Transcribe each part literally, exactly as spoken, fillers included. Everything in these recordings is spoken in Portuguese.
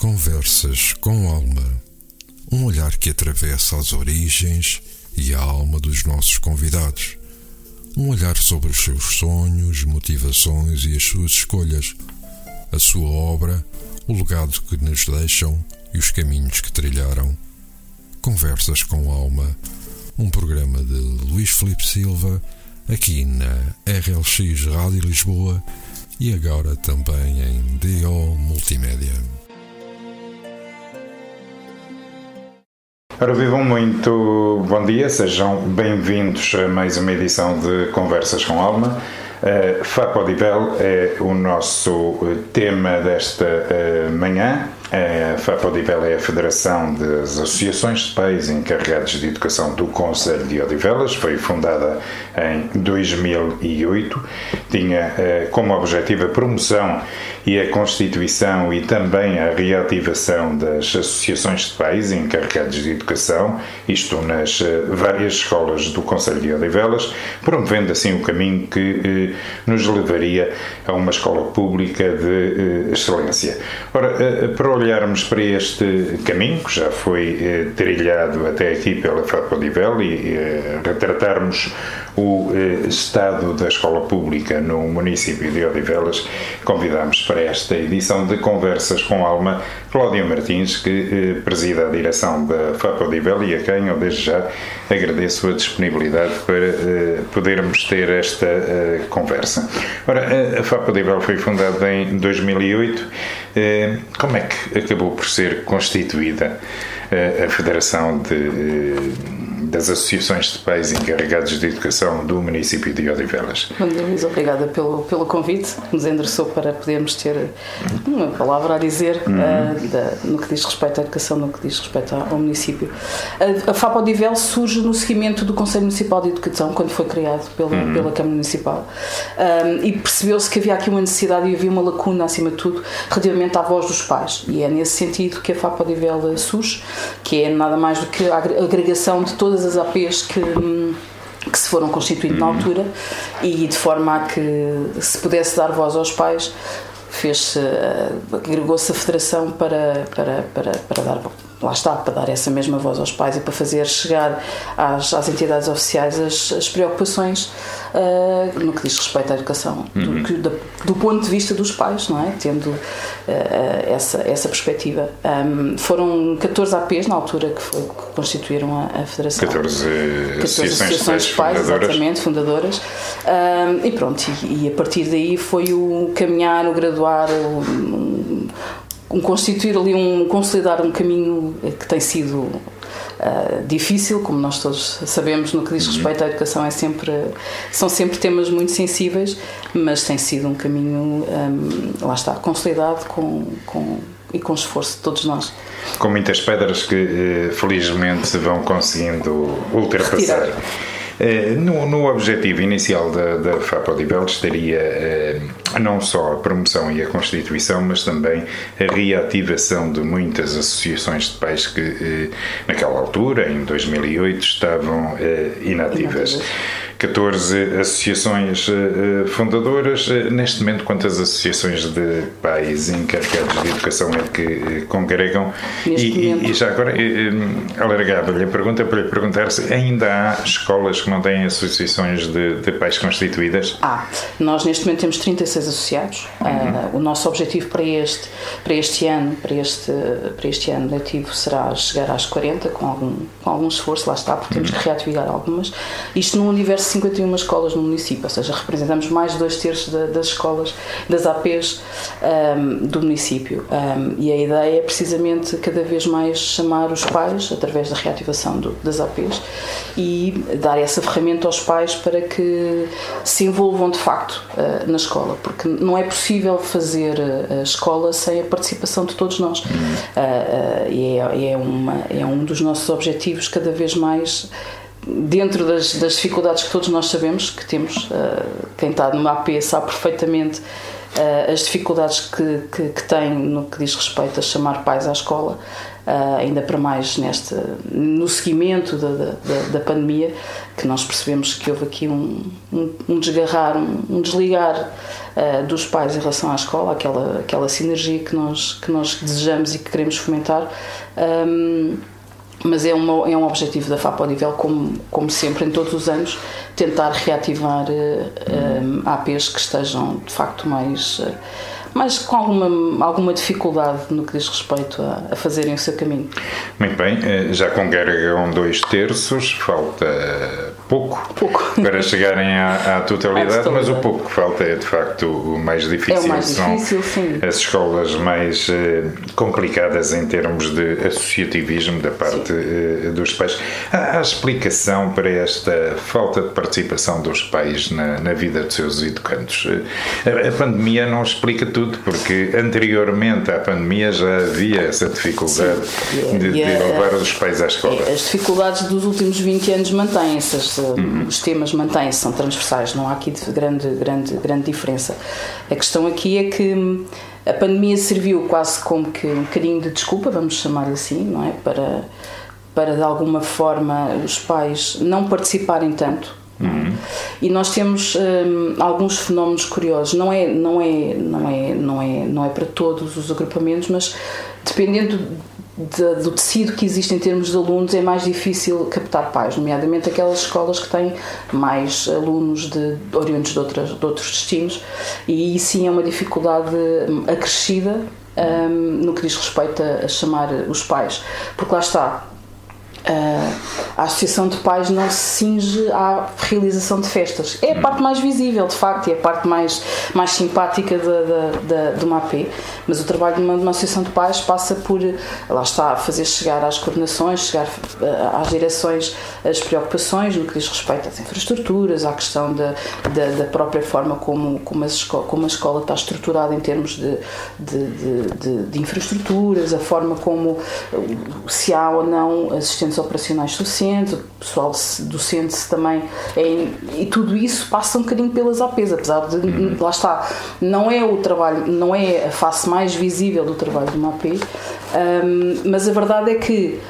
Conversas com Alma, um olhar que atravessa as origens e a alma dos nossos convidados. Um olhar sobre os seus sonhos, motivações e as suas escolhas, a sua obra, o legado que nos deixam e os caminhos que trilharam. Conversas com Alma, um programa de Luís Filipe Silva, aqui na R L X Rádio Lisboa e agora também em D O Multimédia. Ora, vivam muito bom dia, sejam bem-vindos a mais uma edição de Conversas com Alma. Uh, FAPODIVEL é o nosso tema desta uh, manhã. A FAPODIVEL é a Federação das Associações de Pais Encarregados de Educação do Concelho de Odivelas. Foi fundada em dois mil e oito. Tinha uh, como objetivo a promoção e a constituição e também a reativação das associações de pais encarregados de educação, isto nas uh, várias escolas do Concelho de Odivelas, promovendo assim o caminho que uh, nos levaria a uma escola pública de uh, excelência. Ora, uh, para olharmos para este caminho, que já foi uh, trilhado até aqui pela FAPODIVEL, e uh, retratarmos o uh, estado da escola pública no município de Odivelas, convidamos para esta edição de Conversas com Alma Cláudia Martins, que uh, presida a direção da FAPODIVEL e a quem eu desde já agradeço a disponibilidade para uh, podermos ter esta uh, conversa. Ora, a FAPODIVEL foi fundada em dois mil e oito. Uh, como é que acabou por ser constituída uh, a Federação de... Uh, das Associações de Pais Encarregados de Educação do município de Odivelas? Bom dia, Luís, obrigada pelo, pelo convite que nos endereçou para podermos ter uma palavra a dizer uhum. uh, da, no que diz respeito à educação, no que diz respeito ao município. A, a FAPODIVEL surge no seguimento do Conselho Municipal de Educação, quando foi criado pela, uhum. pela Câmara Municipal, um, e percebeu-se que havia aqui uma necessidade e havia uma lacuna, acima de tudo, relativamente à voz dos pais, e é nesse sentido que a FAPODIVEL surge, que é nada mais do que a agregação de todas as A Pês que, que se foram constituindo na altura, e de forma a que se pudesse dar voz aos pais, fez-se, agregou-se a Federação para, para, para, para dar, lá está, para dar essa mesma voz aos pais e para fazer chegar às, às entidades oficiais as, as preocupações uh, no que diz respeito à educação, uhum. do, do, do ponto de vista dos pais, não é? Tendo uh, essa, essa perspectiva. Um, foram catorze A Pês na altura que, foi, que constituíram a, a Federação. catorze associações de pais, fundadoras. Exatamente, fundadoras. Um, e pronto, e, e a partir daí foi o caminhar, o graduar, o, um, um constituir ali, um consolidar um caminho que tem sido uh, difícil, como nós todos sabemos. No que diz respeito à educação, é sempre, são sempre temas muito sensíveis, mas tem sido um caminho, um, lá está, consolidado com, com, e com esforço de todos nós. Com muitas pedras que felizmente vão conseguindo ultrapassar. Retirar. No, no objetivo inicial da, da FAPODIVEL estaria eh, não só a promoção e a constituição, mas também a reativação de muitas associações de pais que eh, naquela altura, em dois mil e oito, estavam eh, inativas. inativas. catorze associações uh, fundadoras. Uh, neste momento, quantas associações de pais encarregados de educação é que uh, congregam? E, e, e já agora, uh, alargava-lhe a pergunta para lhe perguntar se ainda há escolas que não têm associações de, de pais constituídas? Ah, nós neste momento temos trinta e seis associados. Uhum. Uh, o nosso objetivo para este, para este ano, para este, para este ano letivo, será chegar às quarenta, com algum, com algum esforço, lá está, porque temos uhum. que reativar algumas. Isto num universo cinquenta e uma escolas no município, ou seja, representamos mais de dois terços da, das escolas, das A Pês um, do município. Um, e a ideia é precisamente cada vez mais chamar os pais, através da reativação do, das A Pês, e dar essa ferramenta aos pais para que se envolvam de facto uh, na escola, porque não é possível fazer a escola sem a participação de todos nós. Uh, uh, e é, é, uma, é um dos nossos objetivos cada vez mais, dentro das, das dificuldades que todos nós sabemos que temos. Uh, quem está numa A P sabe perfeitamente uh, as dificuldades que, que, que tem no que diz respeito a chamar pais à escola. uh, ainda para mais neste, no seguimento da, da, da pandemia, que nós percebemos que houve aqui um, um, um desgarrar, um, um desligar uh, dos pais em relação à escola, aquela, aquela sinergia que nós, que nós desejamos e que queremos fomentar. Um, mas é, uma, é um objetivo da FAP Odivel, como, como sempre, em todos os anos, tentar reativar uh, uh, A Pês que estejam, de facto, mais, uh, mais com alguma, alguma dificuldade no que diz respeito a, a fazerem o seu caminho. Muito bem, já congregam dois terços, falta pouco, pouco. para chegarem à, à totalidade, totalidade, mas o pouco que falta é, de facto, o mais difícil. É o mais difícil, São sim. as escolas mais uh, complicadas em termos de associativismo da parte uh, dos pais. Há, há explicação para esta falta de participação dos pais na, na vida dos seus educandos? A, a pandemia não explica tudo, porque anteriormente à pandemia já havia essa dificuldade sim. de, de levar os pais à escola. As dificuldades dos últimos vinte anos mantêm-se. Uhum. Os temas mantêm-se, são transversais, não há aqui grande, grande, grande diferença. A questão aqui é que a pandemia serviu quase como que um bocadinho de desculpa, vamos chamar assim, não é? Para, para de alguma forma os pais não participarem tanto. Uhum. E nós temos hum, alguns fenómenos curiosos, não é, não, é, não, é, não, é, não é para todos os agrupamentos, mas dependendo De, do tecido que existe em termos de alunos, é mais difícil captar pais, nomeadamente aquelas escolas que têm mais alunos de, de oriundos de, outras, de outros destinos, e aí sim é uma dificuldade acrescida um, no que diz respeito a, a chamar os pais, porque lá está, Uh, a associação de pais não se cinge à realização de festas. É a parte mais visível, de facto, e é a parte mais, mais simpática de, de, de, de uma A P, mas o trabalho de uma, de uma associação de pais passa por, lá está, fazer chegar às coordenações, chegar uh, às direções as preocupações no que diz respeito às infraestruturas, à questão da, da, da própria forma como, como, a escola, como a escola está estruturada em termos de, de, de, de, de infraestruturas, a forma como se há ou não assistentes operacionais suficientes, o pessoal docente também é, e tudo isso passa um bocadinho pelas A Pês, apesar de, uhum. lá está, não é o trabalho, não é a face mais visível do trabalho de uma A P, um, mas a verdade é que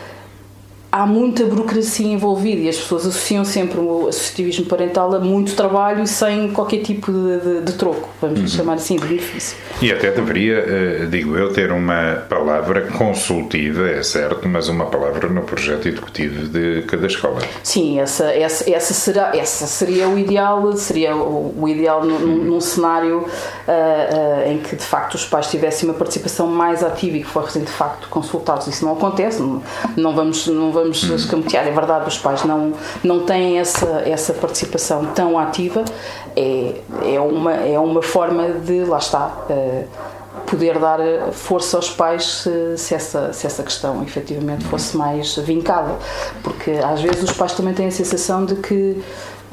há muita burocracia envolvida e as pessoas associam sempre o associativismo parental a muito trabalho e sem qualquer tipo de, de, de troco, vamos uhum. chamar assim, de benefício. E até deveria, digo eu, ter uma palavra consultiva, é certo, mas uma palavra no projeto executivo de cada escola. Sim, essa, essa, essa, será, essa seria o ideal, seria o, o ideal num, uhum. num cenário uh, uh, em que de facto os pais tivessem uma participação mais ativa e que fossem de facto consultados. Isso não acontece, não, não vamos, não vamos vamos escamotear, é verdade, os pais não, não têm essa, essa participação tão ativa, é, é, uma, é uma forma de, lá está, uh, poder dar força aos pais se, se, essa, se essa questão efetivamente fosse mais vincada, porque às vezes os pais também têm a sensação de que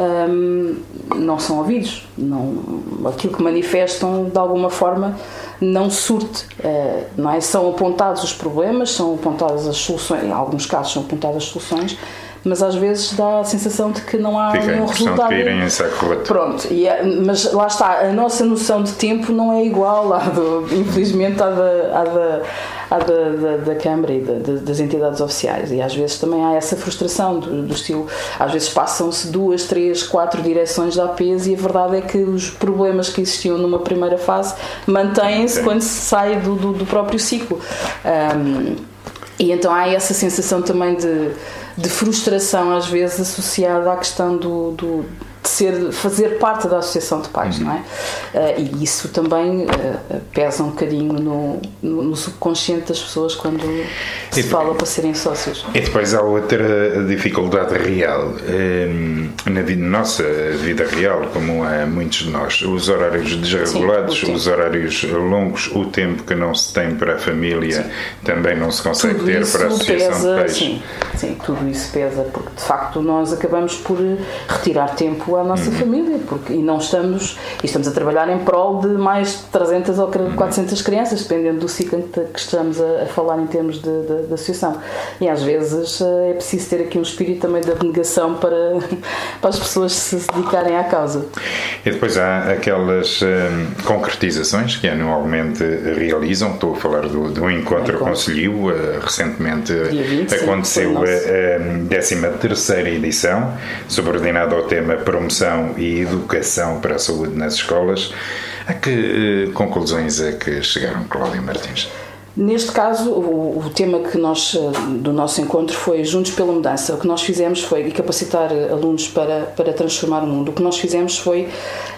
um, não são ouvidos, não, aquilo que manifestam de alguma forma não surte, não é? São apontados os problemas, são apontadas as soluções, em alguns casos são apontadas as soluções, mas às vezes dá a sensação de que não há Fica nenhum resultado. De irem em saco roto. Pronto, e é, mas lá está, a nossa noção de tempo não é igual à do, infelizmente à da, à da, à da, da, da Câmara e da, da, das entidades oficiais, e às vezes também há essa frustração do, do estilo, às vezes passam-se duas, três, quatro direções da A Pês e a verdade é que os problemas que existiam numa primeira fase mantêm-se quando se sai do, do, do próprio ciclo. Um, e então há essa sensação também de de frustração às vezes associada à questão do, do, de ser, fazer parte da associação de pais, uhum. não é? Uh, e isso também uh, pesa um bocadinho no, no, no subconsciente das pessoas quando se depois, fala para serem sócios. E depois há outra dificuldade real um, na vida, nossa vida real, como há muitos de nós, os horários desregulados, Sim, os horários longos, o tempo que não se tem para a família Sim. também não se consegue tudo ter para a associação pesa, de pais. Sim, sim, tudo isso pesa, porque de facto nós acabamos por retirar tempo à nossa uhum. família, porque, e não estamos, e estamos a trabalhar em prol de mais de trezentas ou quatrocentas crianças, dependendo do ciclo que estamos a, a falar em termos de, de, de associação. E às vezes é preciso ter aqui um espírito também de abnegação para, para as pessoas se dedicarem à causa. E depois há aquelas hum, concretizações que anualmente realizam. Estou a falar do, do Encontro Conselhio, uh, recentemente vinte, aconteceu sim, a, a décima terceira edição, subordinada ao tema Promoção e Educação para a Saúde nas Escolas. A que uh, conclusões é que chegaram, Cláudia Martins? Neste caso, o, o tema que nós, do nosso encontro foi Juntos pela Mudança. O que nós fizemos foi capacitar alunos para, para transformar o mundo. O que nós fizemos foi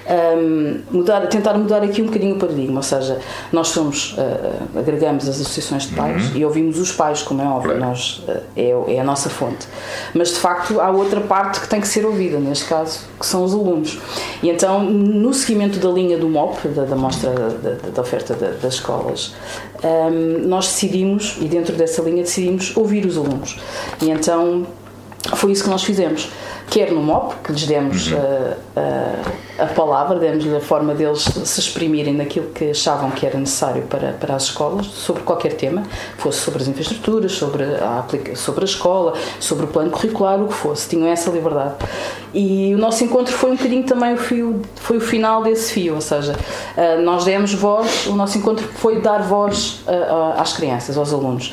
um, mudar, tentar mudar aqui um bocadinho o paradigma, ou seja, nós somos, uh, agregamos as associações de pais uhum. e ouvimos os pais, como é óbvio, claro. nós, uh, é, é a nossa fonte. Mas, de facto, há outra parte que tem que ser ouvida, neste caso, que são os alunos. E então, no seguimento da linha do M O P, da, da mostra da, da, da oferta da, das escolas, um, nós decidimos, e dentro dessa linha decidimos ouvir os alunos. E então foi isso que nós fizemos. Quer no M O P, que lhes demos a, a, a palavra, demos-lhe a forma deles se exprimirem naquilo que achavam que era necessário para, para as escolas, sobre qualquer tema, fosse sobre as infraestruturas, sobre a, sobre a escola, sobre o plano curricular, o que fosse, tinham essa liberdade. E o nosso encontro foi um bocadinho também o fio, foi o final desse fio, ou seja, nós demos voz, o nosso encontro foi dar voz às crianças, aos alunos.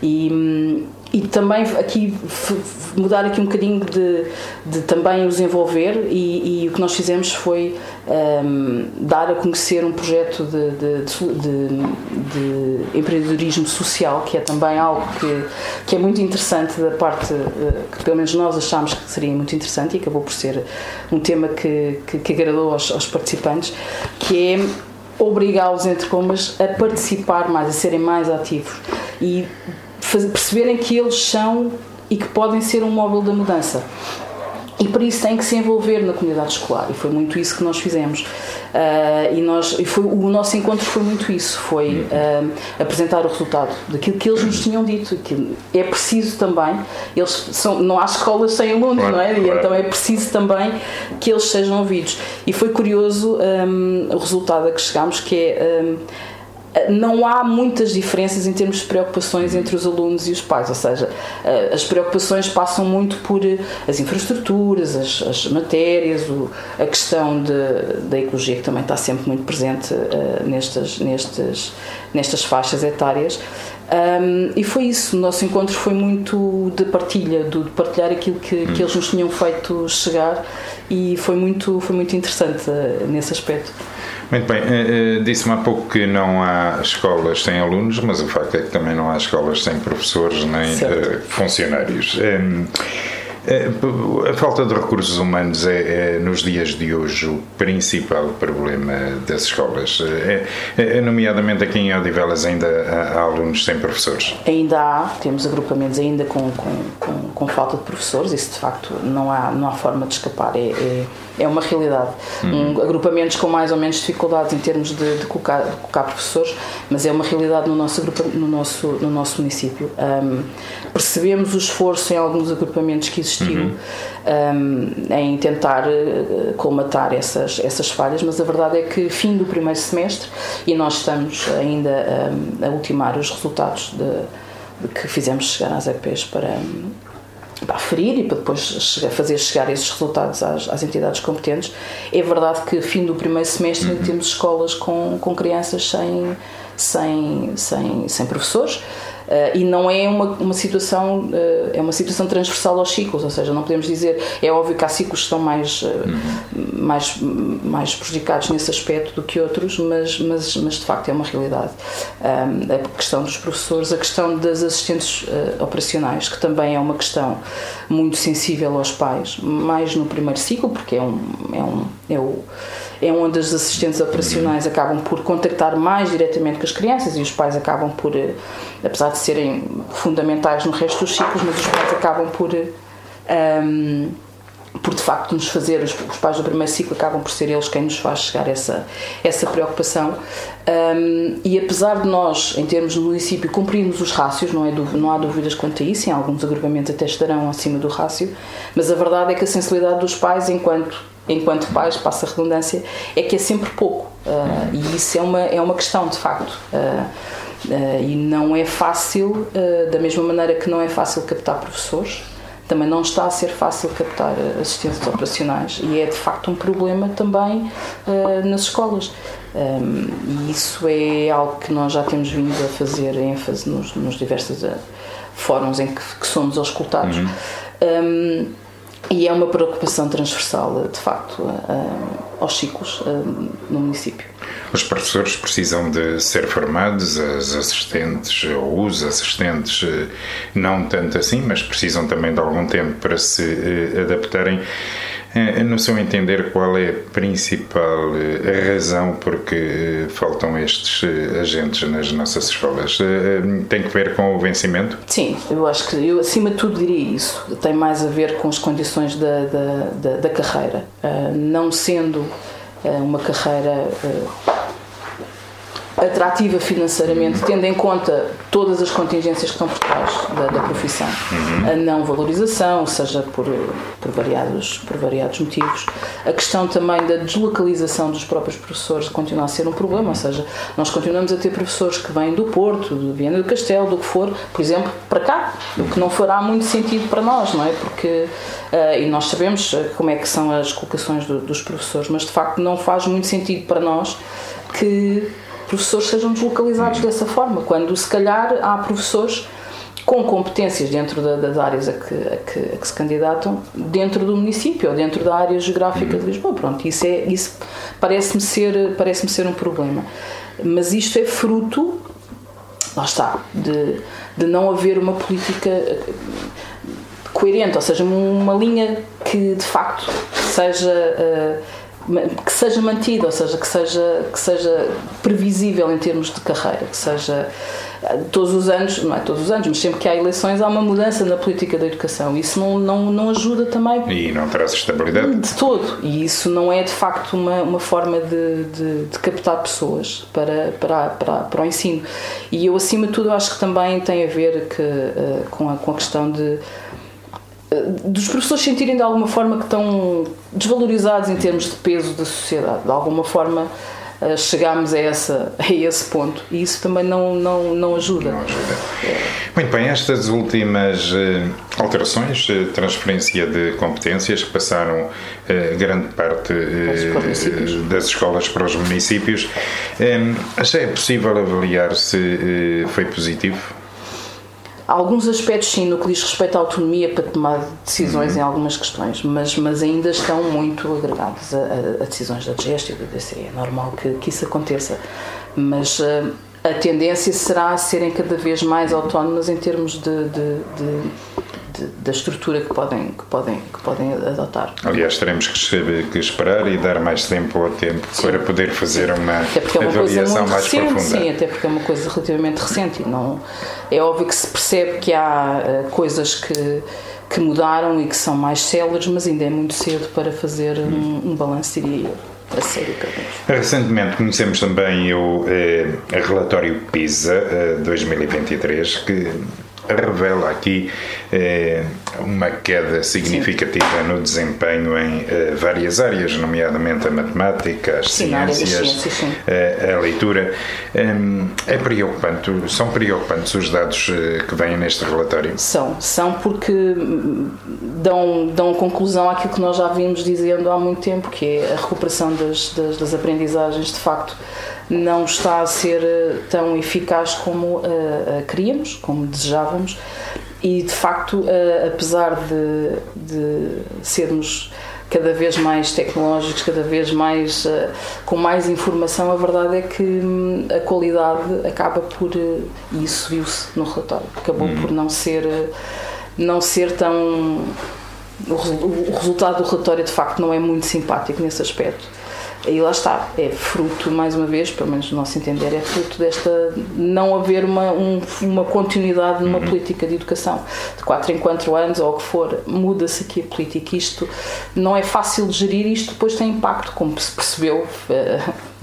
E E também aqui mudar aqui um bocadinho de, de também os envolver e, e o que nós fizemos foi um, dar a conhecer um projeto de, de, de, de empreendedorismo social, que é também algo que, que é muito interessante da parte, que pelo menos nós achámos que seria muito interessante e acabou por ser um tema que, que, que agradou aos, aos participantes, que é obrigá-los, entre comas, a participar mais, a serem mais ativos e perceberem que eles são e que podem ser um móvel da mudança. E para isso têm que se envolver na comunidade escolar, e foi muito isso que nós fizemos. Uh, e nós, e foi, o nosso encontro foi muito isso, foi uh, apresentar o resultado daquilo que eles nos tinham dito, que é preciso também, eles são, não há escolas sem alunos, claro, não é? E claro. Então é preciso também que eles sejam ouvidos. E foi curioso um, o resultado a que chegámos, que é... Um, não há muitas diferenças em termos de preocupações entre os alunos e os pais, ou seja, as preocupações passam muito por as infraestruturas, as, as matérias, o, a questão de, da ecologia, que também está sempre muito presente uh, nestas, nestas, nestas faixas etárias. Um, e foi isso, o nosso encontro foi muito de partilha, de partilhar aquilo que, hum. que eles nos tinham feito chegar, e foi muito, foi muito interessante uh, nesse aspecto. Muito bem, uh, uh, disse-me há pouco que não há escolas sem alunos, mas o facto é que também não há escolas sem professores nem uh, funcionários. Um, A falta de recursos humanos é, é, nos dias de hoje, o principal problema das escolas. É, é, nomeadamente aqui em Odivelas ainda há, há alunos sem professores? Ainda há, temos agrupamentos ainda com, com, com, com falta de professores, isso de facto não há, não há forma de escapar, é, é, é uma realidade. Uhum. Um, agrupamentos com mais ou menos dificuldades em termos de, de, colocar, de colocar professores, mas é uma realidade no nosso, agrupa, no nosso, no nosso município. Um, percebemos o esforço em alguns agrupamentos que existem Uhum. Um, em tentar uh, colmatar essas, essas falhas, mas a verdade é que fim do primeiro semestre, e nós estamos ainda um, a ultimar os resultados de, de que fizemos chegar às E Ps para, um, para aferir e para depois chegar, fazer chegar esses resultados às, às entidades competentes. É verdade que fim do primeiro semestre uhum. temos escolas com, com crianças sem, sem, sem, sem professores. Uh, e não é uma, uma situação uh, é uma situação transversal aos ciclos, ou seja, não podemos dizer, é óbvio que há ciclos que estão mais, uh, uhum. mais, mais prejudicados nesse aspecto do que outros, mas, mas, mas de facto é uma realidade. Um, a questão dos professores, a questão das assistentes uh, operacionais, que também é uma questão muito sensível aos pais, mais no primeiro ciclo, porque é um, é um, é o é onde as assistentes operacionais acabam por contactar mais diretamente com as crianças, e os pais acabam por, apesar de serem fundamentais no resto dos ciclos, mas os pais acabam por, um, por de facto nos fazer, os, os pais do primeiro ciclo acabam por ser eles quem nos faz chegar essa, essa preocupação. Um, e apesar de nós, em termos do município, cumprirmos os rácios, não, é, não há dúvidas quanto a isso, em alguns agrupamentos até estarão acima do rácio, mas a verdade é que a sensibilidade dos pais, enquanto enquanto pais, passa a redundância, é que é sempre pouco. Uh, e isso é uma, é uma questão, de facto. Uh, uh, e não é fácil, uh, da mesma maneira que não é fácil captar professores, também não está a ser fácil captar assistentes operacionais, e é de facto um problema também uh, nas escolas. Um, e isso é algo que nós já temos vindo a fazer ênfase nos, nos diversos uh, fóruns em que, que somos auscultados. Uhum. Um, e é uma preocupação transversal, de facto, uh, aos ciclos uh, no município. Os professores precisam de ser formados, as assistentes ou os assistentes não tanto assim, mas precisam também de algum tempo para se adaptarem. No seu entender, qual é a principal razão por que faltam estes agentes nas nossas escolas? Tem que ver com o vencimento? Sim, eu acho que, eu acima de tudo diria isso. Tem mais a ver com as condições da, da, da, da carreira. Não sendo uma carreira atrativa financeiramente, tendo em conta todas as contingências que estão por trás da, da profissão, uhum. a não valorização, seja por, por, variados, por variados motivos, a questão também da deslocalização dos próprios professores continua a ser um problema, ou seja, nós continuamos a ter professores que vêm do Porto, de Viana do Castelo, do que for, por exemplo, para cá, o que não fará muito sentido para nós, não é? Porque, uh, e nós sabemos como é que são as colocações do, dos professores, mas de facto não faz muito sentido para nós que professores sejam deslocalizados dessa forma, quando se calhar há professores com competências dentro da, das áreas a que, a, que, a que se candidatam dentro do município ou dentro da área geográfica de Lisboa. Pronto, isso, é, isso parece-me ser, parece-me ser um problema. Mas isto é fruto, lá está, de, de não haver uma política coerente, ou seja, uma linha que de facto seja... Uh, que seja mantida, ou seja, que seja, que seja previsível em termos de carreira, que seja todos os anos, não é todos os anos, mas sempre que há eleições há uma mudança na política da educação. Isso não, não, não ajuda também. E não traz estabilidade? De todo. E isso não é de facto uma, uma forma de, de, de captar pessoas para, para, para, para o ensino. E eu, acima de tudo, acho que também tem a ver que, uh, com, a, com a questão de dos professores sentirem de alguma forma que estão desvalorizados em termos de peso da sociedade. De alguma forma chegámos a, essa, a esse ponto, e isso também não, não, não ajuda. Não ajuda. É. Muito bem, estas últimas uh, alterações, uh, transferência de competências que passaram uh, grande parte uh, das escolas para os municípios, um, já é possível avaliar se uh, foi positivo? Alguns aspectos, sim, no que diz respeito à autonomia para tomar decisões uhum. em algumas questões, mas, mas ainda estão muito agregados a, a, a decisões da D G E S T e do D C. É normal que, que isso aconteça, mas uh, a tendência será serem cada vez mais autónomas em termos de, de, de, de, da estrutura que podem, que, podem, que podem adotar. Aliás, teremos que, que esperar e dar mais tempo ao tempo sim. para poder fazer uma é uma avaliação mais recente, profunda. Sim, até porque é uma coisa relativamente recente e não... É óbvio que se percebe que há uh, coisas que, que mudaram e que são mais céleres, mas ainda é muito cedo para fazer um, um balanço, diria eu, a sério. Recentemente conhecemos também o eh, relatório PISA eh, dois mil e vinte e três, que revela aqui eh, uma queda significativa sim. no desempenho em eh, várias áreas, nomeadamente a matemática, as sim, ciências, ciências eh, a leitura. Um, é preocupante, são preocupantes os dados eh, que vêm neste relatório? São, são porque dão, dão conclusão àquilo que nós já vimos dizendo há muito tempo, que é a recuperação das, das, das aprendizagens, de facto, não está a ser tão eficaz como uh, uh, queríamos, como desejávamos, e de facto, uh, apesar de, de sermos cada vez mais tecnológicos, cada vez mais uh, com mais informação, a verdade é que um, a qualidade acaba por, uh, e isso viu-se no relatório, acabou uhum. por não ser, uh, não ser tão... O, o resultado do relatório de facto não é muito simpático nesse aspecto. E lá está, é fruto, mais uma vez, pelo menos no nosso entender, é fruto desta não haver uma, um, uma continuidade numa uhum. política de educação. De quatro em quatro anos, ou o que for, muda-se aqui a política. Isto não é fácil de gerir, isto depois tem impacto, como se percebeu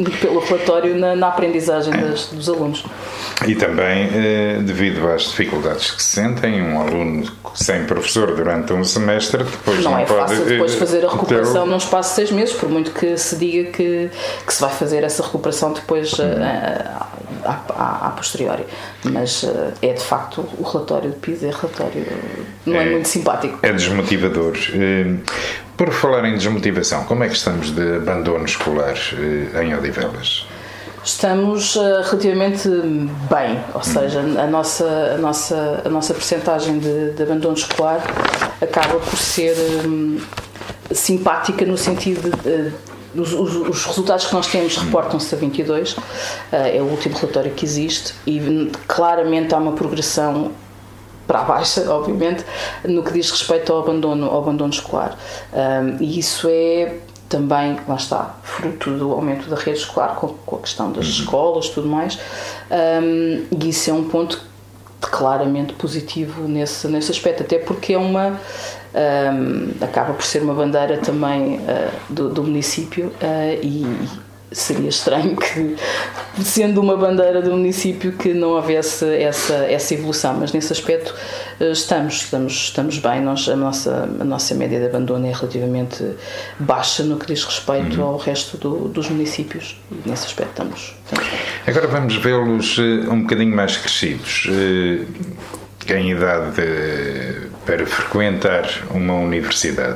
pelo relatório na, na aprendizagem das, dos alunos. E também, devido às dificuldades que se sentem, um aluno sem professor durante um semestre, depois não, não é pode... fácil depois fazer a recuperação ter... num espaço de seis meses, por muito que se diga que, que se vai fazer essa recuperação depois hum. a, a, a, a posteriori. Mas é de facto, o relatório de PISA é relatório, não é, é muito simpático. É desmotivador. Por falar em desmotivação, como é que estamos de abandono escolar em Odivelas? Estamos uh, relativamente bem, ou seja, a nossa, a nossa, a nossa percentagem de, de abandono escolar acaba por ser um, simpática no sentido de uh, os, os, os resultados que nós temos reportam-se a vinte e dois, uh, é o último relatório que existe e claramente há uma progressão para a baixa, obviamente, no que diz respeito ao abandono, ao abandono escolar. Um, e isso é também, lá está, fruto do aumento da rede escolar, com, com a questão das escolas e tudo mais, um, e isso é um ponto claramente positivo nesse, nesse aspecto, até porque é uma, um, acaba por ser uma bandeira também uh, do, do município uh, e seria estranho que, sendo uma bandeira do município, que não houvesse essa, essa evolução, mas nesse aspecto estamos, estamos, estamos bem. Nós, a, nossa, a nossa média de abandono é relativamente baixa no que diz respeito uhum. ao resto do, dos municípios e nesse aspecto estamos, estamos bem. Agora vamos vê-los um bocadinho mais crescidos, em idade de, para frequentar uma universidade.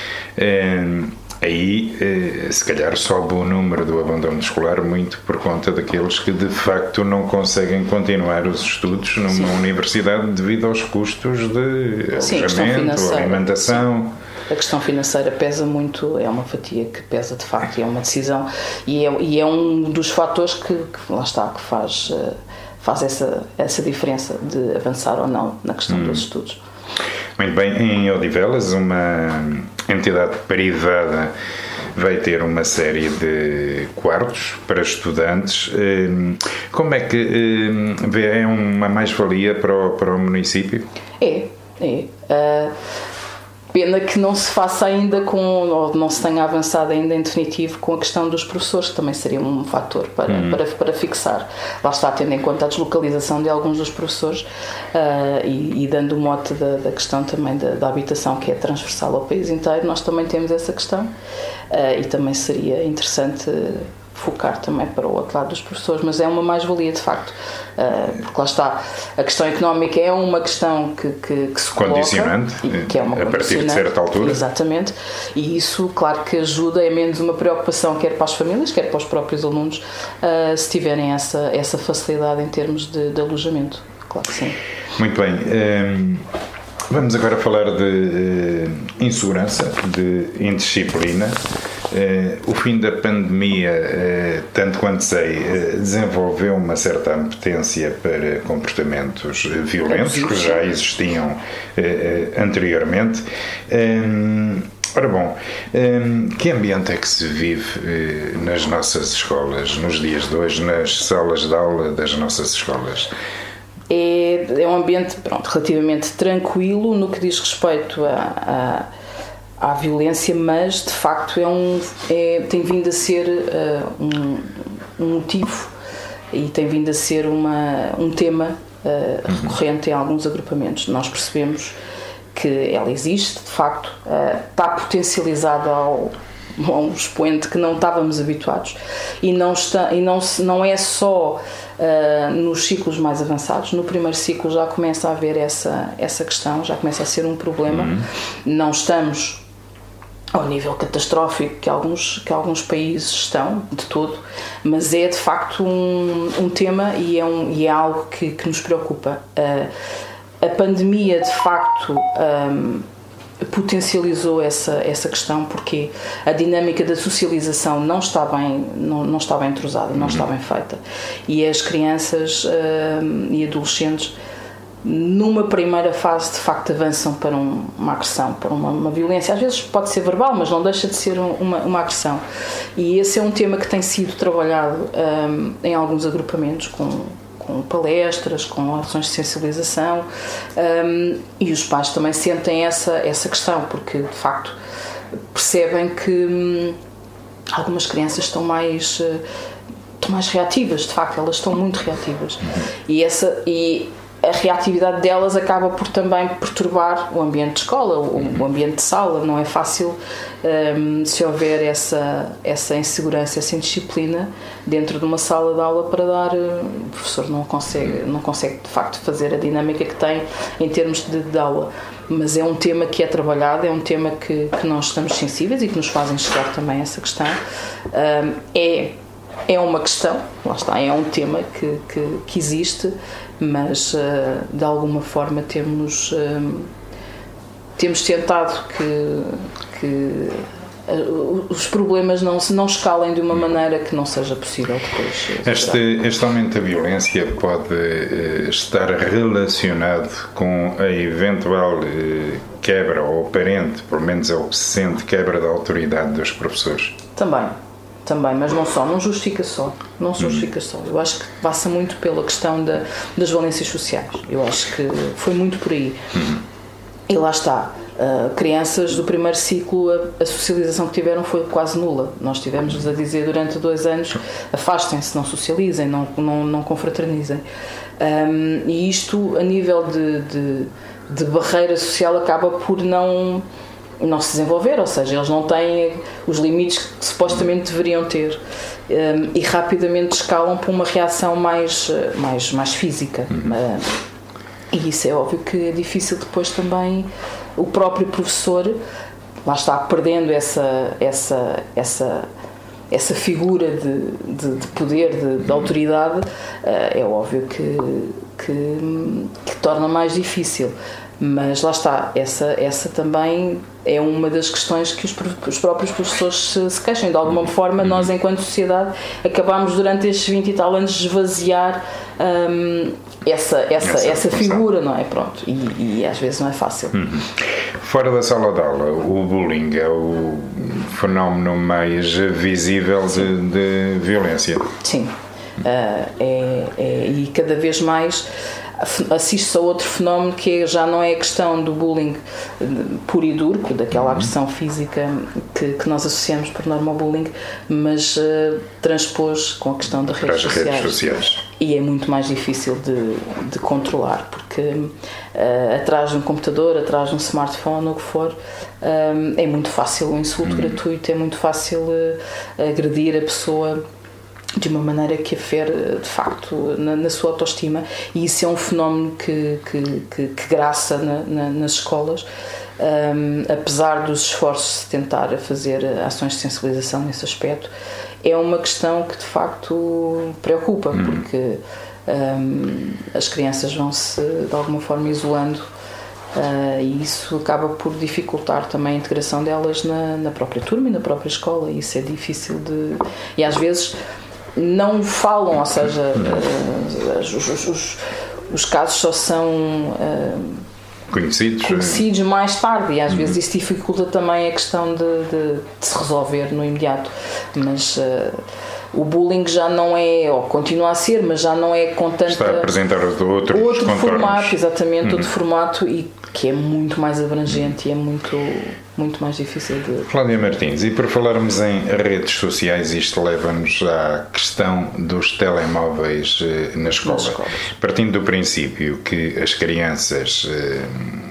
Aí, se calhar, sobe o número do abandono escolar muito por conta daqueles que, de facto, não conseguem continuar os estudos numa Sim. universidade devido aos custos de Sim, alojamento, alimentação. A questão financeira pesa muito, é uma fatia que pesa, de facto, e é uma decisão. E é, e é um dos fatores que, que, lá está, que faz, faz essa, essa diferença de avançar ou não na questão hum. dos estudos. Muito bem, em Odivelas, uma entidade privada vai ter uma série de quartos para estudantes. Como é que vê? É uma mais-valia para o, para o município? É, é. Uh, pena que não se faça ainda com, ou não se tenha avançado ainda em definitivo com a questão dos professores, que também seria um fator para, hum. para, para fixar. Lá está, tendo em conta a deslocalização de alguns dos professores uh, e, e dando o mote da, da questão também da, da habitação, que é transversal ao país inteiro, nós também temos essa questão uh, e também seria interessante focar também para o outro lado dos professores, mas é uma mais-valia de facto, porque lá está, a questão económica é uma questão que, que, que se coloca, condicionante, e que é uma a partir de certa altura. Exatamente, e isso claro que ajuda, é menos uma preocupação quer para as famílias, quer para os próprios alunos, se tiverem essa, essa facilidade em termos de, de alojamento, claro que sim. Muito bem, um, vamos agora falar de uh, insegurança, de indisciplina. Uh, o fim da pandemia, uh, tanto quanto sei, uh, desenvolveu uma certa apetência para comportamentos uh, violentos que já existiam uh, uh, anteriormente. Um, ora bom, um, que ambiente é que se vive uh, nas nossas escolas, nos dias de hoje, nas salas de aula das nossas escolas? É, é um ambiente pronto, relativamente tranquilo no que diz respeito a, a à violência, mas de facto é um, é, tem vindo a ser uh, um, um motivo e tem vindo a ser uma, um tema uh, recorrente em alguns agrupamentos. Nós percebemos que ela existe, de facto, uh, está potencializada ao, a um expoente que não estávamos habituados e não, está, e não, não é só uh, nos ciclos mais avançados. No primeiro ciclo já começa a haver essa, essa questão, já começa a ser um problema. Uhum. Não estamos ao nível catastrófico que alguns, que alguns países estão, de todo, mas é de facto um, um tema e é, um, e é algo que, que nos preocupa. Uh, a pandemia de facto um, potencializou essa, essa questão, porque a dinâmica da socialização não está bem, não, não está bem entrosada, não está bem feita, e as crianças uh, e adolescentes numa primeira fase de facto avançam para um, uma agressão, para uma, uma violência, às vezes pode ser verbal, mas não deixa de ser um, uma, uma agressão, e esse é um tema que tem sido trabalhado um, em alguns agrupamentos com, com palestras, com ações de sensibilização, um, e os pais também sentem essa, essa questão, porque de facto percebem que hum, algumas crianças estão mais uh, estão mais reativas, de facto, elas estão muito reativas. E, essa, e a reatividade delas acaba por também perturbar o ambiente de escola, o, o ambiente de sala. Não é fácil um, se houver essa, essa insegurança, essa indisciplina dentro de uma sala de aula para dar... O professor não consegue, não consegue de facto fazer a dinâmica que tem em termos de, de aula. Mas é um tema que é trabalhado, é um tema que, que nós estamos sensíveis e que nos fazem chegar também a essa questão. Um, é, é uma questão, lá está, é um tema que, que, que existe, mas uh, de alguma forma temos, um, temos tentado que, que uh, os problemas não, não escalem de uma maneira que não seja possível depois. Este, este aumento da violência pode uh, estar relacionado com a eventual uh, quebra, ou aparente, pelo menos é o que se sente, quebra da autoridade dos professores? Também. Também, mas não só, não justifica só, não se justifica só. Eu acho que passa muito pela questão da, das violências sociais. Eu acho que foi muito por aí. E lá está, uh, crianças do primeiro ciclo, a, a socialização que tiveram foi quase nula. Nós tivemos-lhes a dizer durante dois anos, afastem-se, não socializem, não, não, não confraternizem. Um, e isto, a nível de, de, de barreira social, acaba por não... não se desenvolver, ou seja, eles não têm os limites que supostamente deveriam ter, um, e rapidamente escalam para uma reação mais, mais, mais física. Uhum. Uh, e isso é óbvio que é difícil depois também o próprio professor, lá está, perdendo essa, essa, essa, essa figura de, de, de poder, de, de autoridade, uh, é óbvio que, que, que torna mais difícil. Mas lá está, essa, essa também é uma das questões que os, os próprios professores se, se queixam. De alguma forma, nós, enquanto sociedade, acabamos durante estes vinte e tal anos de esvaziar um, essa, essa, essa, essa figura, não é? Pronto, e, e às vezes não é fácil. Uhum. Fora da sala de aula, o bullying é o fenómeno mais visível de, de violência. Sim, uh, é, é, e cada vez mais assiste-se a outro fenómeno que já não é a questão do bullying puro e duro, daquela agressão física que, que nós associamos por norma ao bullying, mas uh, transpôs com a questão das redes, redes sociais. E é muito mais difícil de, de controlar, porque uh, atrás de um computador, atrás de um smartphone, o que for, uh, é muito fácil o insulto hum. gratuito, é muito fácil uh, agredir a pessoa de uma maneira que afere, de facto, na, na sua autoestima, e isso é um fenómeno que, que, que, que graça na, na, nas escolas, um, apesar dos esforços de tentar fazer ações de sensibilização nesse aspecto. É uma questão que, de facto, preocupa, hum. porque um, as crianças vão-se, de alguma forma, isolando, uh, e isso acaba por dificultar também a integração delas na, na própria turma e na própria escola, e isso é difícil de... E, às vezes, não falam, ou seja, uh, os, os, os, os casos só são uh, conhecidos, conhecidos mais tarde, e às uhum. vezes isso dificulta também a questão de, de, de se resolver no imediato. Mas uh, o bullying já não é, ou continua a ser, mas já não é com tanta... Está a apresentar outros outro contornos. formato, exatamente, uhum. outro formato, e que é muito mais abrangente e é muito, muito mais difícil de... Cláudia Martins, e por falarmos em redes sociais, isto leva-nos à questão dos telemóveis eh, na escola. Partindo do princípio que as crianças eh,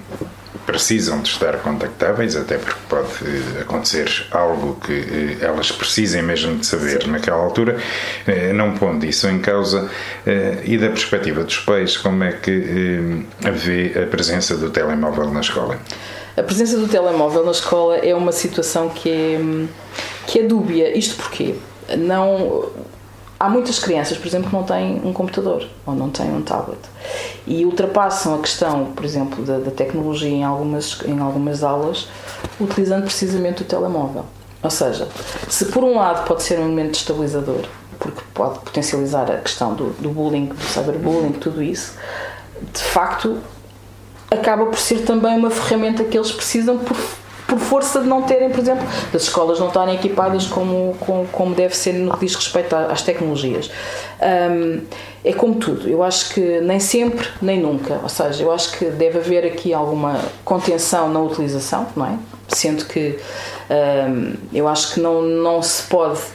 precisam de estar contactáveis, até porque pode eh, acontecer algo que eh, elas precisem mesmo de saber Sim. naquela altura, eh, não pondo isso em causa, eh, e da perspectiva dos pais, como é que eh, vê a presença do telemóvel na escola? A presença do telemóvel na escola é uma situação que é, que é dúbia. Isto porquê? Não... Há muitas crianças, por exemplo, que não têm um computador ou não têm um tablet e ultrapassam a questão, por exemplo, da, da tecnologia em algumas, em algumas aulas, utilizando precisamente o telemóvel. Ou seja, se por um lado pode ser um elemento estabilizador, porque pode potencializar a questão do, do bullying, do cyberbullying, tudo isso, de facto acaba por ser também uma ferramenta que eles precisam por por força de não terem, por exemplo, das escolas não estarem equipadas como, como, como deve ser no que diz respeito às tecnologias. Um, é como tudo, eu acho que nem sempre, nem nunca, ou seja, eu acho que deve haver aqui alguma contenção na utilização, não é? Sendo que um, eu acho que não, não se pode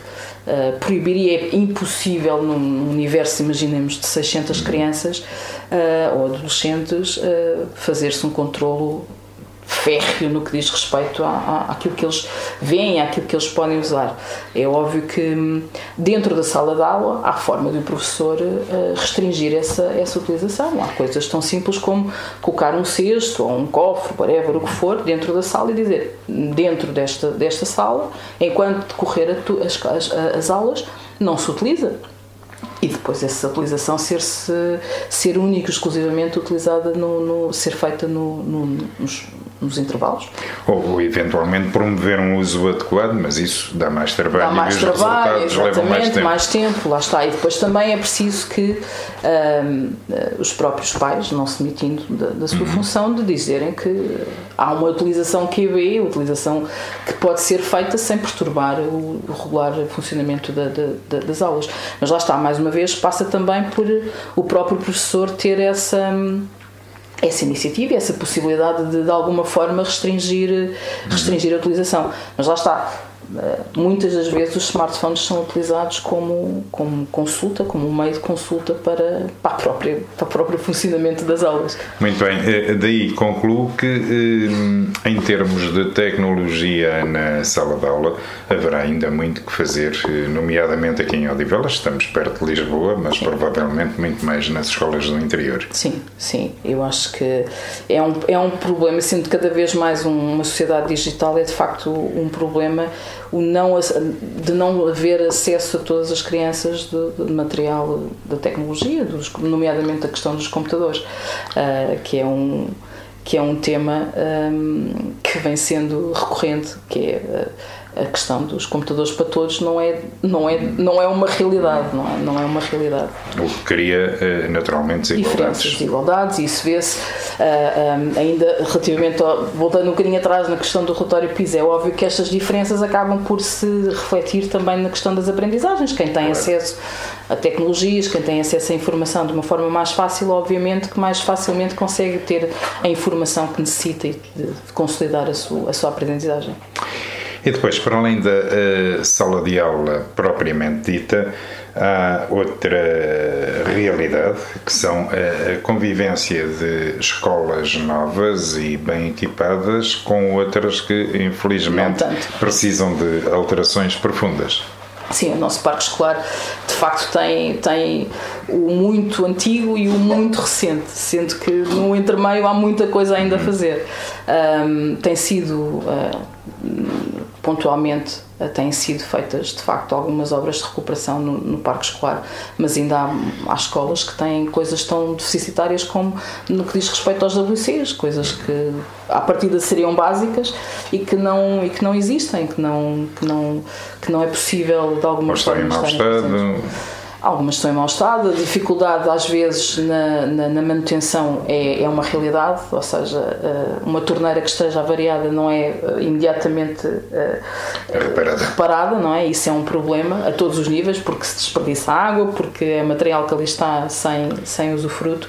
uh, proibiria, é impossível num universo, imaginemos, de seiscentas crianças uh, ou adolescentes, uh, fazer-se um controlo férreo no que diz respeito à, à, àquilo que eles veem, àquilo que eles podem usar. É óbvio que dentro da sala de aula há forma do professor uh, restringir essa, essa utilização. Há coisas tão simples como colocar um cesto ou um cofre, whatever, o que for, dentro da sala e dizer, dentro desta, desta sala, enquanto decorrer a tu, as, as, as aulas, não se utiliza. E depois essa utilização ser, -se, ser única, exclusivamente utilizada, no, no, ser feita no, no, nos, nos intervalos. Ou, ou eventualmente promover um uso adequado, mas isso dá mais trabalho, dá mais e os trabalho, resultados levam mais tempo. mais tempo, lá está. E depois também é preciso que um, os próprios pais, não se demitindo da, da sua uhum. função, de dizerem que há uma utilização Q B, utilização que pode ser feita sem perturbar o, o regular funcionamento da, da, das aulas. Mas lá está, mais uma vez, passa também por o próprio professor ter essa, essa iniciativa, essa possibilidade de, de alguma forma, restringir, restringir a utilização. Mas lá está, muitas das vezes os smartphones são utilizados como, como consulta, como um meio de consulta para, para, a própria, para o próprio funcionamento das aulas. Muito bem, daí concluo que em termos de tecnologia na sala de aula haverá ainda muito que fazer, nomeadamente aqui em Odivelas, estamos perto de Lisboa, mas sim, provavelmente muito mais nas escolas do interior. Sim, sim, eu acho que é um, é um problema, sendo cada vez mais uma sociedade digital, é de facto um problema o não, de não haver acesso a todas as crianças de, de material da tecnologia, dos, nomeadamente a questão dos computadores, uh, que é um que é um tema um, que vem sendo recorrente, que é uh, a questão dos computadores para todos não é, não é, não é uma realidade, não é, não é uma realidade. O que cria, naturalmente, desigualdades. Diferenças, desigualdades, e isso vê-se uh, um, ainda relativamente, ao, voltando um bocadinho atrás na questão do relatório PISA, é óbvio que estas diferenças acabam por se refletir também na questão das aprendizagens. Quem tem acesso a tecnologias, quem tem acesso à informação de uma forma mais fácil, obviamente que mais facilmente consegue ter a informação que necessita e de, de consolidar a sua, a sua aprendizagem. E depois, para além da uh, sala de aula propriamente dita, há outra realidade, que são a convivência de escolas novas e bem equipadas com outras que, infelizmente, precisam de alterações profundas. Sim, o nosso parque escolar de facto tem, tem o muito antigo e o muito recente, sendo que no intermeio há muita coisa ainda a fazer. Um, tem sido uh, pontualmente uh, têm sido feitas de facto algumas obras de recuperação no, no parque escolar, mas ainda há, há escolas que têm coisas tão deficitárias como no que diz respeito aos W Cs, coisas que à partida seriam básicas e que não, e que não existem, que não, que não, que não é possível de alguma forma estar em mau estado. Algumas estão em mau estado, a dificuldade às vezes na, na, na manutenção é, é uma realidade, ou seja, uma torneira que esteja avariada não é imediatamente uh, reparada. reparada, não é? Isso é um problema a todos os níveis, porque se desperdiça água, porque é material que ali está sem, sem usufruto.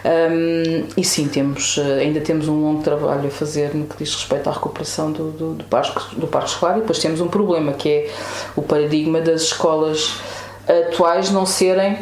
Um, e sim, temos, ainda temos um longo trabalho a fazer no que diz respeito à recuperação do, do, do, parque, do parque escolar, e depois temos um problema que é o paradigma das escolas atuais não serem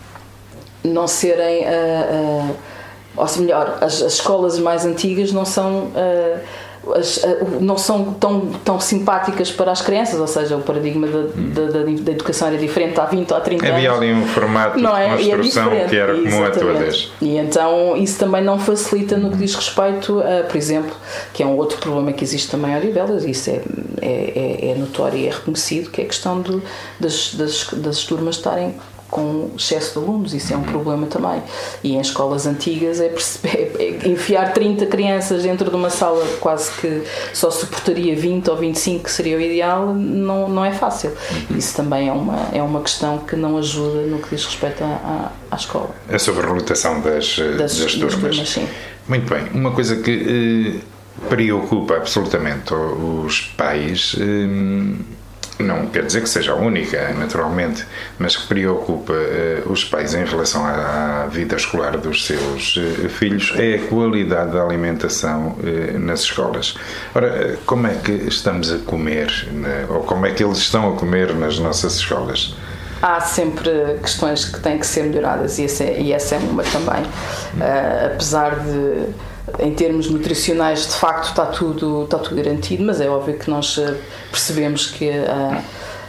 não serem uh, uh, ou seja, melhor, as, as escolas mais antigas não são uh, as, uh, não são tão, tão simpáticas para as crianças, ou seja, o paradigma da, hum. da, da, da educação era diferente há vinte ou há trinta Havia anos. Havia ali um formato não de é? construção é que era comum exatamente. a todas. E então isso também não facilita no que diz respeito a, por exemplo, que é um outro problema que existe também em Odivelas, e isso é, é, é, é notório e é reconhecido, que é a questão do, das, das, das turmas estarem com excesso de alunos. Isso é um problema também, e em escolas antigas é, perceber, é enfiar trinta crianças dentro de uma sala quase que só suportaria vinte ou vinte e cinco, que seria o ideal, não, não é fácil. Isso também é uma, é uma questão que não ajuda no que diz respeito à, à, à escola. É sobre a rotação das, das, das turmas, das turmas sim. Muito bem, uma coisa que eh, preocupa absolutamente os pais eh, não quer dizer que seja a única, naturalmente, mas que preocupa uh, os pais em relação à, à vida escolar dos seus uh, filhos, é a qualidade da alimentação uh, nas escolas. Ora, como é que estamos a comer, né, ou como é que eles estão a comer nas nossas escolas? Há sempre questões que têm que ser melhoradas e essa é, e essa é uma também. Uh, apesar de, em termos nutricionais, de facto está tudo, está tudo garantido, mas é óbvio que nós percebemos que uh,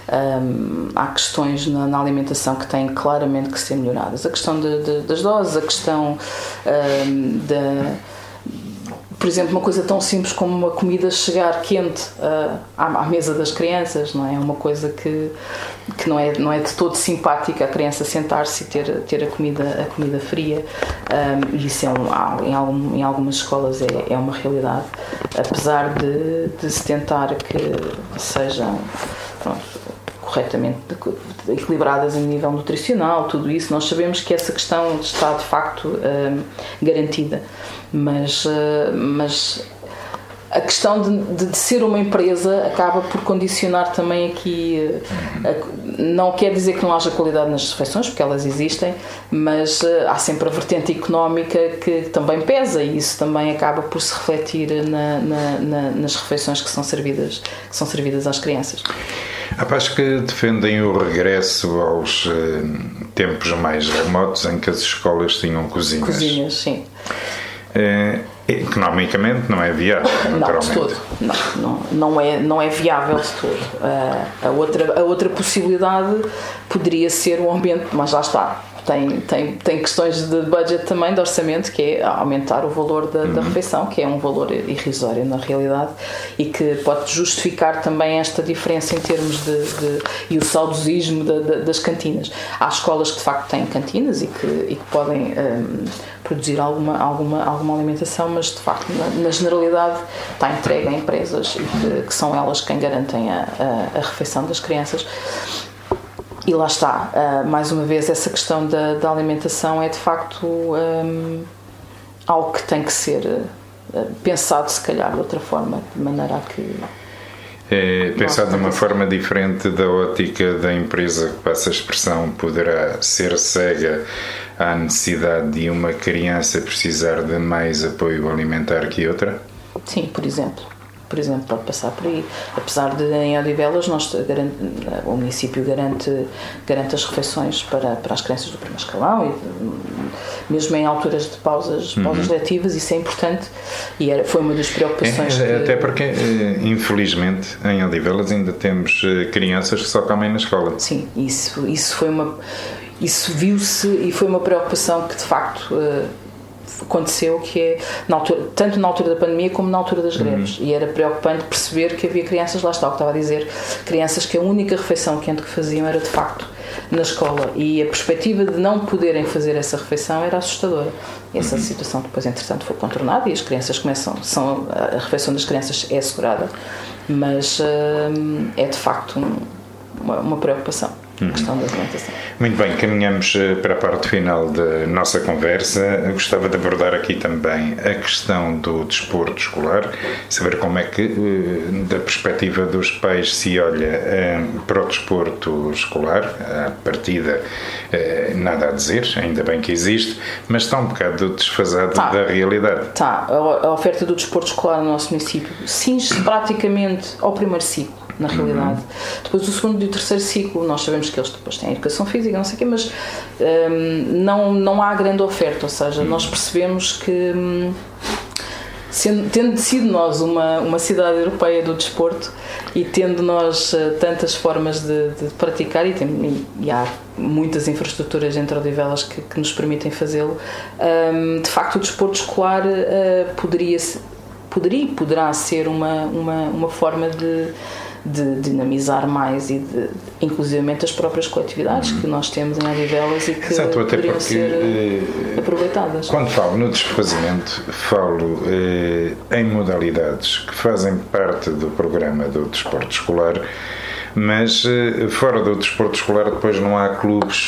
um, há questões na, na alimentação que têm claramente que ser melhoradas. A questão de, de, das doses, a questão um, da... Por exemplo, uma coisa tão simples como uma comida chegar quente uh, à, à mesa das crianças, não é? É uma coisa que, que não, é, não é de todo simpática a criança sentar-se e ter, ter a, comida, a comida fria. Um, e isso é um, em, algum, em algumas escolas é, é uma realidade, apesar de, de se tentar que sejam, pronto, corretamente equilibradas a nível nutricional, tudo isso. Nós sabemos que essa questão está de facto um, garantida. Mas, mas a questão de, de ser uma empresa acaba por condicionar também aqui, não quer dizer que não haja qualidade nas refeições, porque elas existem, mas há sempre a vertente económica que também pesa e isso também acaba por se refletir na, na, na, nas refeições que são servidas, que são servidas às crianças. Há pais que defendem o regresso aos eh, tempos mais remotos em que as escolas tinham cozinhas. Cozinhas, sim. É, economicamente não é viável, naturalmente. Não, de todo. Não, não, não, é, não é viável de todo. Uh, a, outra, a outra possibilidade poderia ser um aumento, mas lá está. Tem, tem, tem questões de budget também, de orçamento, que é aumentar o valor da, uhum. da refeição, que é um valor irrisório na realidade e que pode justificar também esta diferença em termos de, de e o saudosismo de, de, das cantinas. Há escolas que de facto têm cantinas e que, e que podem um, produzir alguma, alguma, alguma alimentação, mas de facto na, na generalidade está entregue a empresas e que, que são elas quem garantem a, a, a refeição das crianças. E lá está, uh, mais uma vez, essa questão da, da alimentação é de facto um, algo que tem que ser uh, pensado, se calhar, de outra forma, de maneira a que... É, pensado de uma forma diferente da ótica da empresa, que passa a expressão, poderá ser cega à necessidade de uma criança precisar de mais apoio alimentar que outra? Sim, por exemplo. Por exemplo, pode passar por aí. Apesar de em Odivelas nós, o município garante, garante as refeições para, para as crianças do primeiro escalão, e mesmo em alturas de pausas, uhum. pausas letivas, isso é importante e era, foi uma das preocupações. É, que... Até porque, infelizmente, em Odivelas ainda temos crianças que só comem na escola. Sim, isso, isso foi uma... Isso viu-se e foi uma preocupação que, de facto... aconteceu, que é na altura, tanto na altura da pandemia como na altura das greves, uhum. e era preocupante perceber que havia crianças, lá está o que estava a dizer, crianças que a única refeição quente que faziam era de facto na escola, e a perspectiva de não poderem fazer essa refeição era assustadora. Essa uhum. situação depois entretanto foi contornada e as crianças começam, são, a refeição das crianças é assegurada, mas hum, é de facto um, uma, uma preocupação. A questão da alimentação. Muito bem, caminhamos para a parte final da nossa conversa. Eu gostava de abordar aqui também a questão do desporto escolar, saber como é que, da perspectiva dos pais, se olha para o desporto escolar. À partida, nada a dizer, ainda bem que existe, mas está um bocado desfasado tá. da realidade. Está. A oferta do desporto escolar no nosso município cinge praticamente ao primeiro ciclo, na realidade. Uhum. Depois do segundo e do terceiro ciclo, nós sabemos que eles depois têm educação física, não sei o quê, mas um, não, não há grande oferta, ou seja, uhum. nós percebemos que, um, sendo, tendo sido nós uma, uma cidade europeia do desporto e tendo nós uh, tantas formas de, de praticar, e, tem, e, e há muitas infraestruturas entre Odivelas que, que nos permitem fazê-lo, um, de facto o desporto escolar uh, poderia, poderia poderá ser uma, uma, uma forma de de dinamizar mais e de, inclusivamente as próprias coletividades que nós temos em Odivelas e que Exato, até poderiam porque, ser eh, aproveitadas. Quando falo no desfazimento, falo eh, em modalidades que fazem parte do programa do desporto escolar, mas eh, fora do desporto escolar depois não há clubes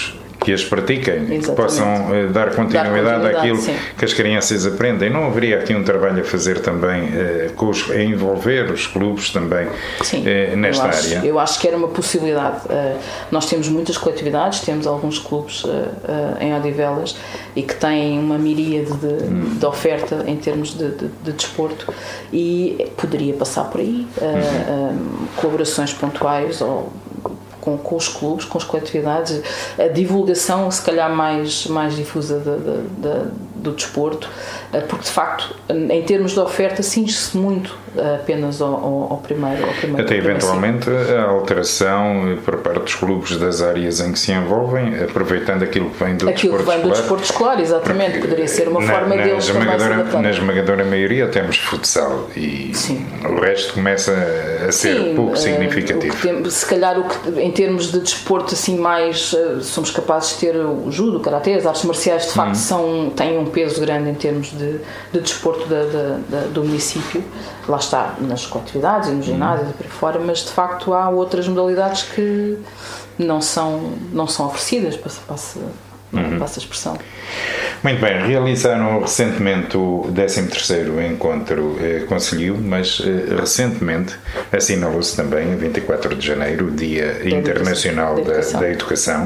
que as pratiquem, que possam uh, dar continuidade, dar continuidade àquilo sim. que as crianças aprendem. Não haveria aqui um trabalho a fazer também, uh, com os, a envolver os clubes também uh, nesta eu acho, área? Eu acho que era uma possibilidade. Uh, nós temos muitas coletividades, temos alguns clubes uh, uh, em Odivelas e que têm uma miríade de, hum. de oferta em termos de, de, de desporto e poderia passar por aí uh, uhum. uh, colaborações pontuais ou Com, com os clubes, com as coletividades, a divulgação se calhar mais, mais difusa de, de, de, do desporto, porque de facto em termos de oferta cinge-se muito apenas ao, ao, ao primeiro, ao primeiro até eventualmente a alteração por parte dos clubes das áreas em que se envolvem, aproveitando aquilo que vem do aquilo desporto que vem escolar. do desporto escolar, exatamente, poderia ser uma na, forma na deles também se adaptar. Na esmagadora maioria temos futsal e Sim. o resto começa a ser Sim, pouco significativo. Tem, se calhar o que, em termos de desporto assim mais, somos capazes de ter o judo, o karatê, as artes marciais de facto hum. são, têm um peso grande em termos de, de desporto da, da, da, do município, lá está nas coletividades e nos ginásios e por aí fora, mas de facto há outras modalidades que não são, não são oferecidas, passa, passa, uhum. passa a expressão. Muito bem, realizaram recentemente o décimo terceiro Encontro eh, Concelhio, mas eh, recentemente assinalou-se também, a vinte e quatro de janeiro, o Dia da Internacional da Educação. Da, da Educação.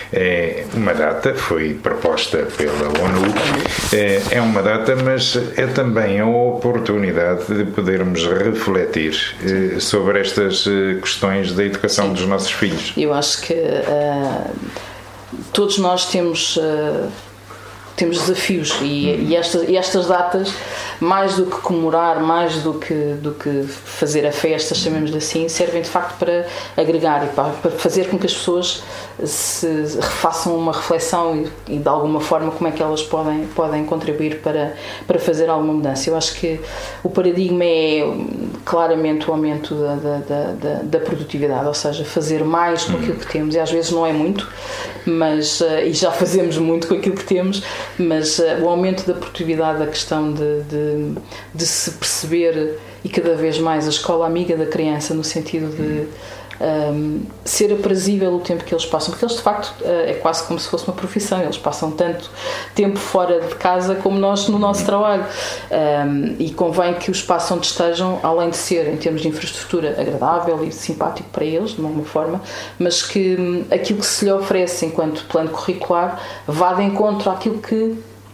É uma data, foi proposta pela ONU, é, é uma data, mas é também a oportunidade de podermos refletir eh, sobre estas eh, questões da educação Sim. dos nossos filhos. Eu acho que uh, todos nós temos... Uh, temos desafios e, e, estas, e estas datas, mais do que comemorar, mais do que, do que fazer a festa, chamemos-lhe assim, servem de facto para agregar e para, para fazer com que as pessoas se façam uma reflexão e, e de alguma forma como é que elas podem, podem contribuir para, para fazer alguma mudança. Eu acho que o paradigma é claramente o aumento da, da, da, da produtividade, ou seja, fazer mais com aquilo que temos, e às vezes não é muito, mas, e já fazemos muito com aquilo que temos, mas uh, o aumento da produtividade, a questão de, de, de se perceber e cada vez mais a escola amiga da criança, no sentido de um, ser aprazível o tempo que eles passam, porque eles de facto uh, é quase como se fosse uma profissão, eles passam tanto tempo fora de casa como nós no nosso trabalho, um, e convém que o espaço onde estejam, além de ser em termos de infraestrutura agradável e simpático para eles de alguma forma, mas que um, aquilo que se lhe oferece enquanto plano curricular vá de encontro àquilo que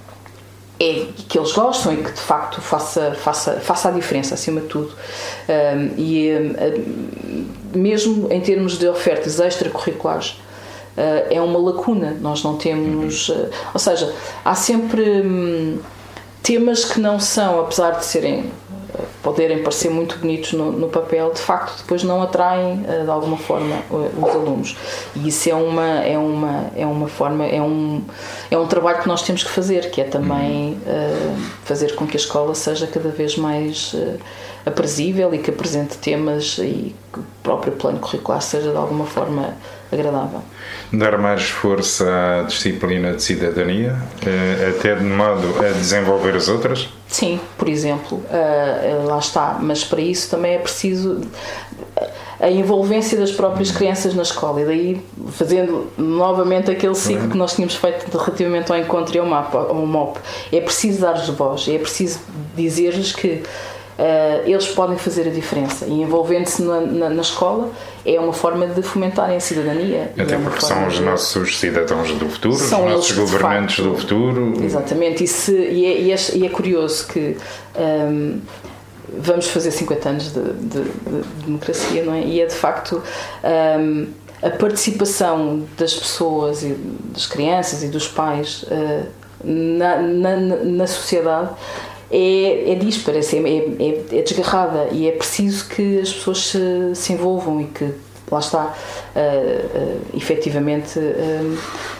é, que eles gostam e que de facto faça, faça, faça a diferença acima de tudo. Um, e um, mesmo em termos de ofertas extracurriculares, uh, é uma lacuna. Nós não temos, uh, ou seja, há sempre um, temas que não são, apesar de serem, uh, poderem parecer muito bonitos no, no papel, de facto depois não atraem uh, de alguma forma uh, os alunos, e isso é uma, é uma, é uma forma, é um, é um trabalho que nós temos que fazer, que é também uh, fazer com que a escola seja cada vez mais uh, aprazível e que apresente temas e que o próprio plano curricular seja de alguma forma agradável. Dar mais força à disciplina de cidadania, até de modo a desenvolver as outras? Sim, por exemplo, uh, lá está, mas para isso também é preciso a envolvência das próprias crianças na escola, e daí fazendo novamente aquele ciclo que nós tínhamos feito relativamente ao encontro e ao mapa, ao M O P, é preciso dar-lhes voz, é preciso dizer-lhes que Uh, eles podem fazer a diferença, e envolvendo-se na, na, na escola é uma forma de fomentarem a cidadania. Até é porque são os de... nossos cidadãos do futuro, são os nossos governantes facto, do futuro. Exatamente, e, se, e, é, e, é, e é curioso que um, vamos fazer cinquenta anos de, de, de democracia, não é? E é de facto um, a participação das pessoas, e das crianças e dos pais uh, na, na, na sociedade é, é díspara, é, é, é desgarrada, e é preciso que as pessoas se, se envolvam e que, lá está, uh, uh, efetivamente uh,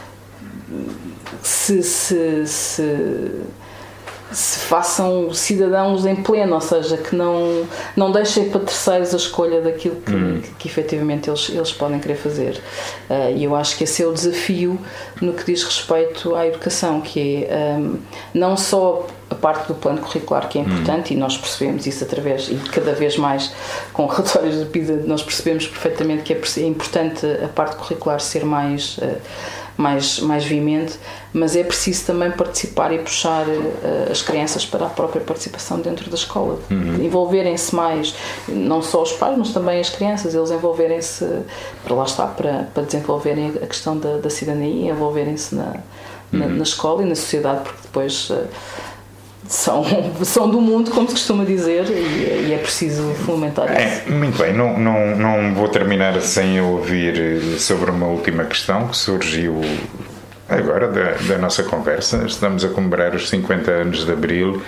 se, se, se, se façam cidadãos em pleno, ou seja, que não, não deixem para terceiros a escolha daquilo que, hum. que, que efetivamente eles, eles podem querer fazer. Uh, e eu acho que esse é o desafio no que diz respeito à educação, que é um, não só a parte do plano curricular que é importante, hum. e nós percebemos isso através, e cada vez mais com relatórios da PISA nós percebemos perfeitamente que é importante a parte curricular ser mais, mais, mais veemente, mas é preciso também participar e puxar as crianças para a própria participação dentro da escola, uhum. envolverem-se mais, não só os pais, mas também as crianças, eles envolverem-se, para lá está, para, para desenvolverem a questão da, da cidadania, envolverem-se na, uhum. na, na escola e na sociedade, porque depois são, são do mundo, como se costuma dizer, e, e é preciso fomentar isso. É, muito bem, não, não, não vou terminar sem ouvir sobre uma última questão que surgiu agora da, da nossa conversa. Estamos a comemorar os cinquenta anos de Abril.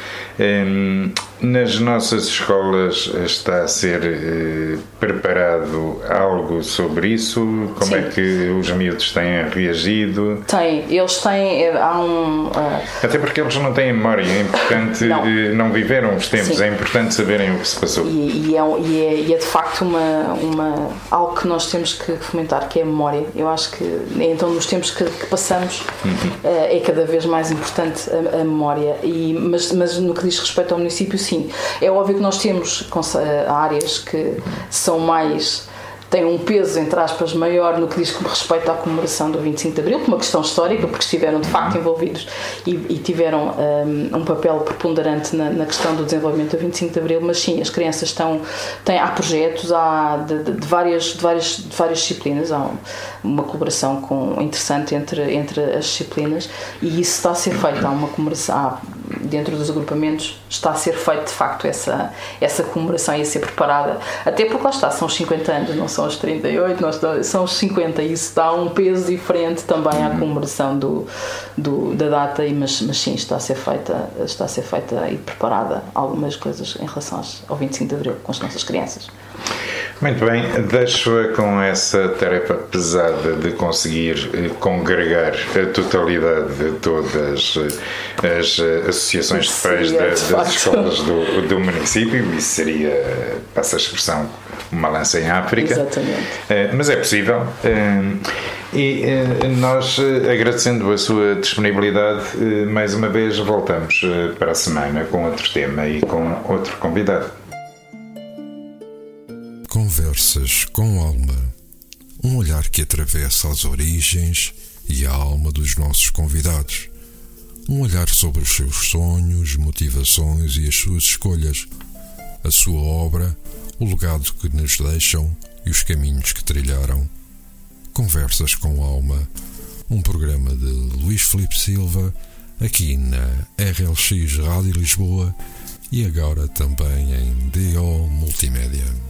Nas nossas escolas está a ser eh, preparado algo sobre isso? Como Sim. é que os miúdos têm reagido? Tem, eles têm, há um... Uh... Até porque eles não têm memória, é importante, não, não viveram os tempos, Sim. é importante saberem o que se passou. E, e, é, e, é, e é de facto uma, uma, algo que nós temos que fomentar, que é a memória. Eu acho que, então, nos tempos que, que passamos, uhum. uh, é cada vez mais importante a, a memória. E, mas, mas no que diz respeito ao município, sim. É óbvio que nós temos áreas que são mais, têm um peso, entre aspas, maior no que diz respeito à comemoração do vinte e cinco de Abril, por uma questão histórica, porque estiveram de facto envolvidos e, e tiveram um, um papel preponderante na, na questão do desenvolvimento do vinte e cinco de Abril, mas sim, as crianças estão, têm, há projetos há de, de, de, várias, de, várias, de várias disciplinas, há uma colaboração com, interessante entre, entre as disciplinas, e isso está a ser feito, há uma comemoração, há, dentro dos agrupamentos está a ser feito de facto essa, essa comemoração e a ser preparada, até porque lá está, são os cinquenta anos, não são os trinta e oito, nós, são os cinquenta, e isso dá um peso diferente também à comemoração do, do, da data, mas, mas sim, está a ser feita, está a ser feita e preparada algumas coisas em relação ao vinte e cinco de Abril com as nossas crianças. Muito bem, deixo-a com essa tarefa pesada de conseguir eh, congregar a totalidade de todas as associações de pais da, das escolas do, do município. Isso seria, passa a expressão, uma lança em África. Exatamente. Eh, mas é possível. Eh, e eh, nós, eh, agradecendo a sua disponibilidade, eh, mais uma vez voltamos eh, para a semana com outro tema e com outro convidado. Conversas com Alma. Um olhar que atravessa as origens e a alma dos nossos convidados. Um olhar sobre os seus sonhos, motivações e as suas escolhas. A sua obra, o legado que nos deixam e os caminhos que trilharam. Conversas com Alma. Um programa de Luís Filipe Silva, aqui na R L X Rádio Lisboa e agora também em D O Multimédia.